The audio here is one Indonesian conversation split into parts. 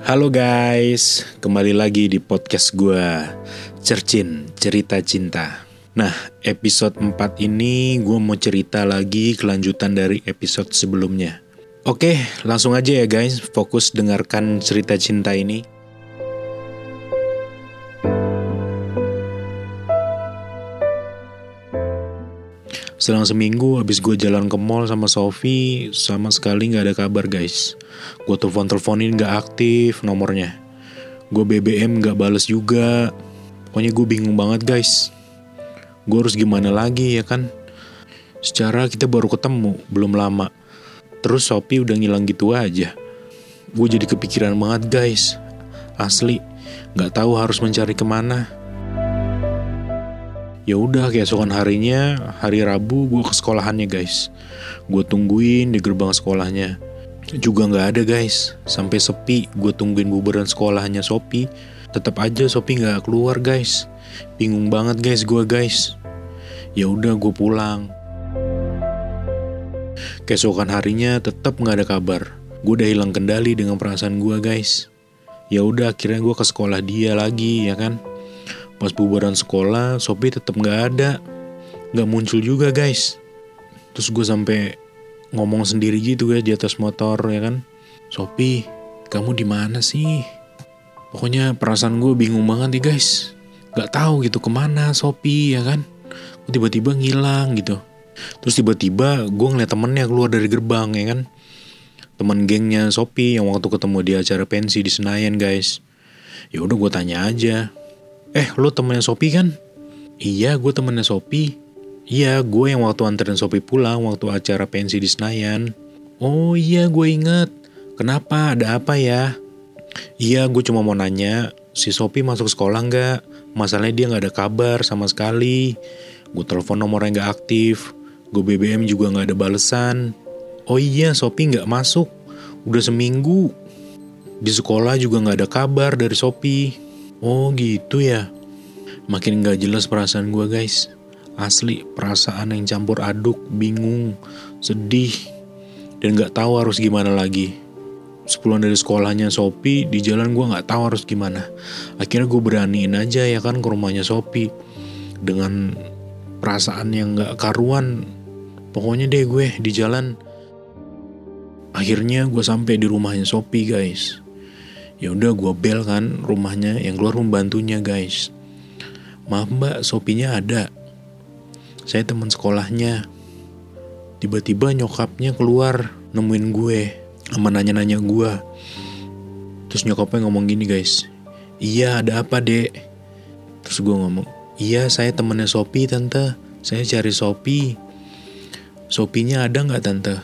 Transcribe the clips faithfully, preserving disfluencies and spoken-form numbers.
Halo guys, kembali lagi di podcast gue, Cercin, Cerita Cinta. Nah, episode empat ini gue mau cerita lagi kelanjutan dari episode sebelumnya. Oke, langsung aja ya guys, fokus dengarkan cerita cinta ini. Selang seminggu habis gue jalan ke mall sama Sophie, sama sekali gak ada kabar guys. Gue telepon-teleponin gak aktif nomornya. Gue B B M gak bales juga. Pokoknya gue bingung banget guys. Gue harus gimana lagi ya kan? Secara kita baru ketemu, belum lama. Terus Sophie udah ngilang gitu aja. Gue jadi kepikiran banget guys. Asli, gak tahu harus mencari kemana. Ya udah, keesokan harinya, hari Rabu gue ke sekolahannya guys. Gue tungguin di gerbang sekolahnya, juga nggak ada guys. Sampai sepi, gue tungguin bubaran sekolahnya Sophie. Tetap aja Sophie nggak keluar guys. Bingung banget guys gue guys. Ya udah gue pulang. Keesokan harinya tetap nggak ada kabar. Gue udah hilang kendali dengan perasaan gue guys. Ya udah, akhirnya gue ke sekolah dia lagi ya kan. Pas bubaran sekolah, Sophie tetap nggak ada, nggak muncul juga guys. Terus gue sampai ngomong sendiri gitu guys di atas motor ya kan. Sophie, kamu di mana sih? Pokoknya perasaan gue bingung banget nih guys. Nggak tahu gitu kemana Sophie ya kan. Tiba-tiba ngilang gitu. Terus tiba-tiba gue ngeliat temennya keluar dari gerbang ya kan. Temen gengnya Sophie yang waktu ketemu di acara pensi di Senayan guys. Ya udah gue tanya aja. Eh, lo temennya Sophie kan? Iya, gue temennya Sophie. Iya, gue yang waktu anterin Sophie pulang waktu acara pensi di Senayan. Oh iya, gue inget. Kenapa? Ada apa ya? Iya, gue cuma mau nanya, si Sophie masuk sekolah nggak? Masalahnya dia nggak ada kabar sama sekali. Gue telepon nomornya nggak aktif. Gue B B M juga nggak ada balesan. Oh iya, Sophie nggak masuk. Udah seminggu. Di sekolah juga nggak ada kabar dari Sophie. Oh gitu ya. Makin gak jelas perasaan gue guys. Asli, perasaan yang campur aduk, bingung, sedih, dan gak tahu harus gimana lagi. Sepulang dari sekolahnya Sophie, di jalan gue gak tahu harus gimana. Akhirnya gue beraniin aja ya kan ke rumahnya Sophie. Dengan perasaan yang gak karuan. Pokoknya deh gue di jalan. Akhirnya gue sampai di rumahnya Sophie guys. Ya udah gue bel kan rumahnya, yang keluar membantunya guys. Maaf mbak, Sophie-nya ada. Saya teman sekolahnya. Tiba-tiba nyokapnya keluar nemuin gue, sama nanya-nanya gue. Terus nyokapnya ngomong gini guys. Iya, ada apa dek? Terus gue ngomong, iya saya temannya Sophie tante. Saya cari Sophie. Sophie-nya ada gak tante?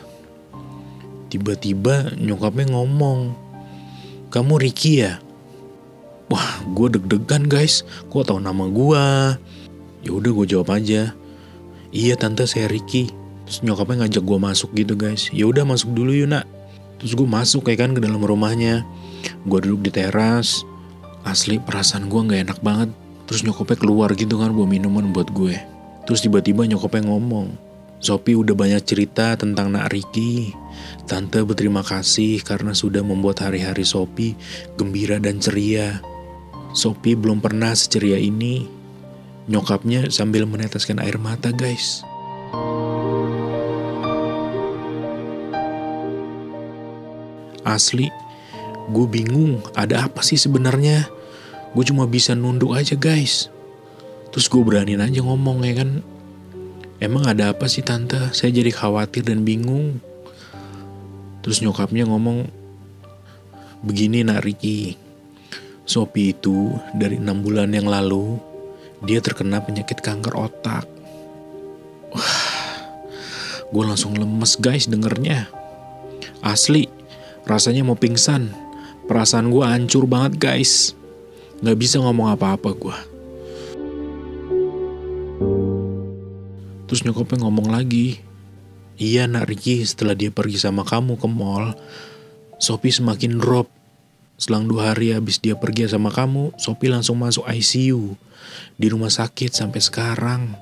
Tiba-tiba nyokapnya ngomong, kamu Ricky ya? Wah, gue deg-degan guys. Kok tahu nama gue? Ya udah gue jawab aja. Iya tante, saya Ricky. Terus nyokapnya ngajak gue masuk gitu guys. Ya udah masuk dulu yuk nak. Terus gue masuk kayak kan ke dalam rumahnya. Gue duduk di teras. Asli perasaan gue nggak enak banget. Terus nyokapnya keluar gitu kan bawa minuman buat gue. Terus tiba-tiba nyokapnya ngomong, Sophie udah banyak cerita tentang nak Ricky. Tante berterima kasih karena sudah membuat hari-hari Sophie gembira dan ceria. Sophie belum pernah seceria ini. Nyokapnya sambil meneteskan air mata guys. Asli, gue bingung ada apa sih sebenarnya. Gue cuma bisa nunduk aja guys. Terus gue beraniin aja ngomong ya kan. Emang ada apa sih tante? Saya jadi khawatir dan bingung. Terus nyokapnya ngomong, begini nak Ricky, Sophie itu dari enam bulan yang lalu, dia terkena penyakit kanker otak. Wah, gue langsung lemes guys dengernya. Asli, rasanya mau pingsan. Perasaan gue hancur banget guys. Gak bisa ngomong apa-apa gue. Terus nyokapnya ngomong lagi, iya nak Ricky, setelah dia pergi sama kamu ke mall, Sophie semakin drop. Selang dua hari habis dia pergi sama kamu, Sophie langsung masuk I C U di rumah sakit sampai sekarang.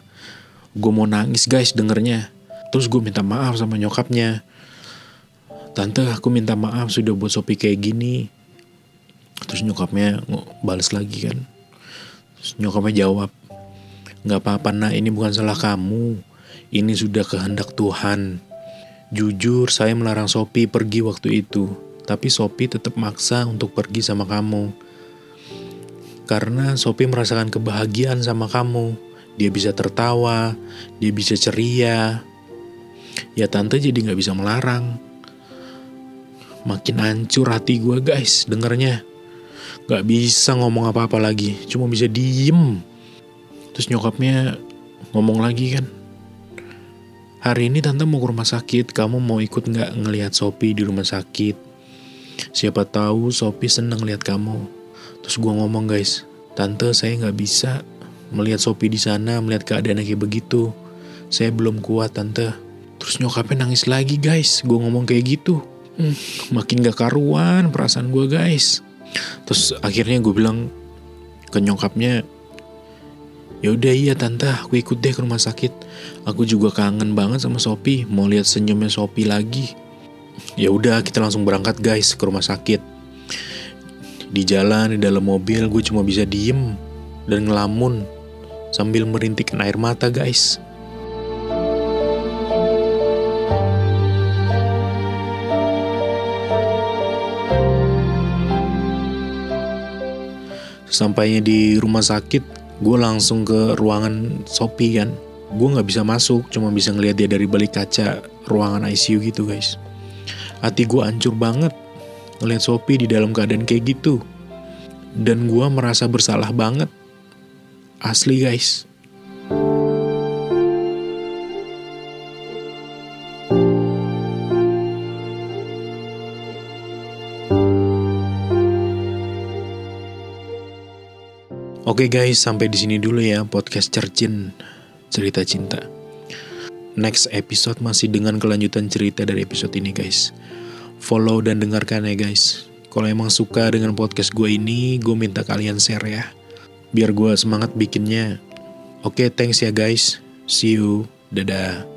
Gue mau nangis guys dengernya. Terus gue minta maaf sama nyokapnya. tante aku minta maaf sudah buat Sophie kayak gini. Terus nyokapnya balas lagi kan. Terus nyokapnya jawab, gak apa-apa nak, ini bukan salah kamu. Ini sudah kehendak Tuhan. Jujur saya melarang Sophie pergi waktu itu, tapi Sophie tetap maksa untuk pergi sama kamu. Karena Sophie merasakan kebahagiaan sama kamu. Dia bisa tertawa, dia bisa ceria. Ya tante jadi gak bisa melarang. Makin hancur hati gue guys dengernya. Gak bisa ngomong apa-apa lagi, cuma bisa diem. Terus nyokapnya ngomong lagi kan, hari ini tante mau ke rumah sakit, kamu mau ikut gak ngelihat Sophie di rumah sakit? Siapa tahu Sophie seneng lihat kamu. Terus gue ngomong guys, tante saya gak bisa melihat Sophie di sana, melihat keadaannya kayak begitu. Saya belum kuat tante. Terus nyokapnya nangis lagi guys, gue ngomong kayak gitu. Hmm, makin gak karuan perasaan gue guys. Terus akhirnya gue bilang ke nyokapnya, ya udah iya tante, aku ikut deh ke rumah sakit. Aku juga kangen banget sama Sophie, mau lihat senyumnya Sophie lagi. Ya udah kita langsung berangkat guys ke rumah sakit. Di jalan di dalam mobil gue cuma bisa diem dan ngelamun sambil merintikkan air mata guys. Sampainya di rumah sakit, gue langsung ke ruangan Sophie kan. Gue gak bisa masuk, cuma bisa ngeliat dia dari balik kaca ruangan I C U gitu guys. Hati gue hancur banget ngeliat Sophie di dalam keadaan kayak gitu. Dan gue merasa bersalah banget. Asli guys. Oke guys, sampai di sini dulu ya podcast Cercin cerita cinta. Next episode masih dengan kelanjutan cerita dari episode ini guys. Follow dan dengarkan ya guys. Kalau emang suka dengan podcast gue ini, gue minta kalian share ya, biar gue semangat bikinnya. Oke, thanks ya guys. See you. Dadah.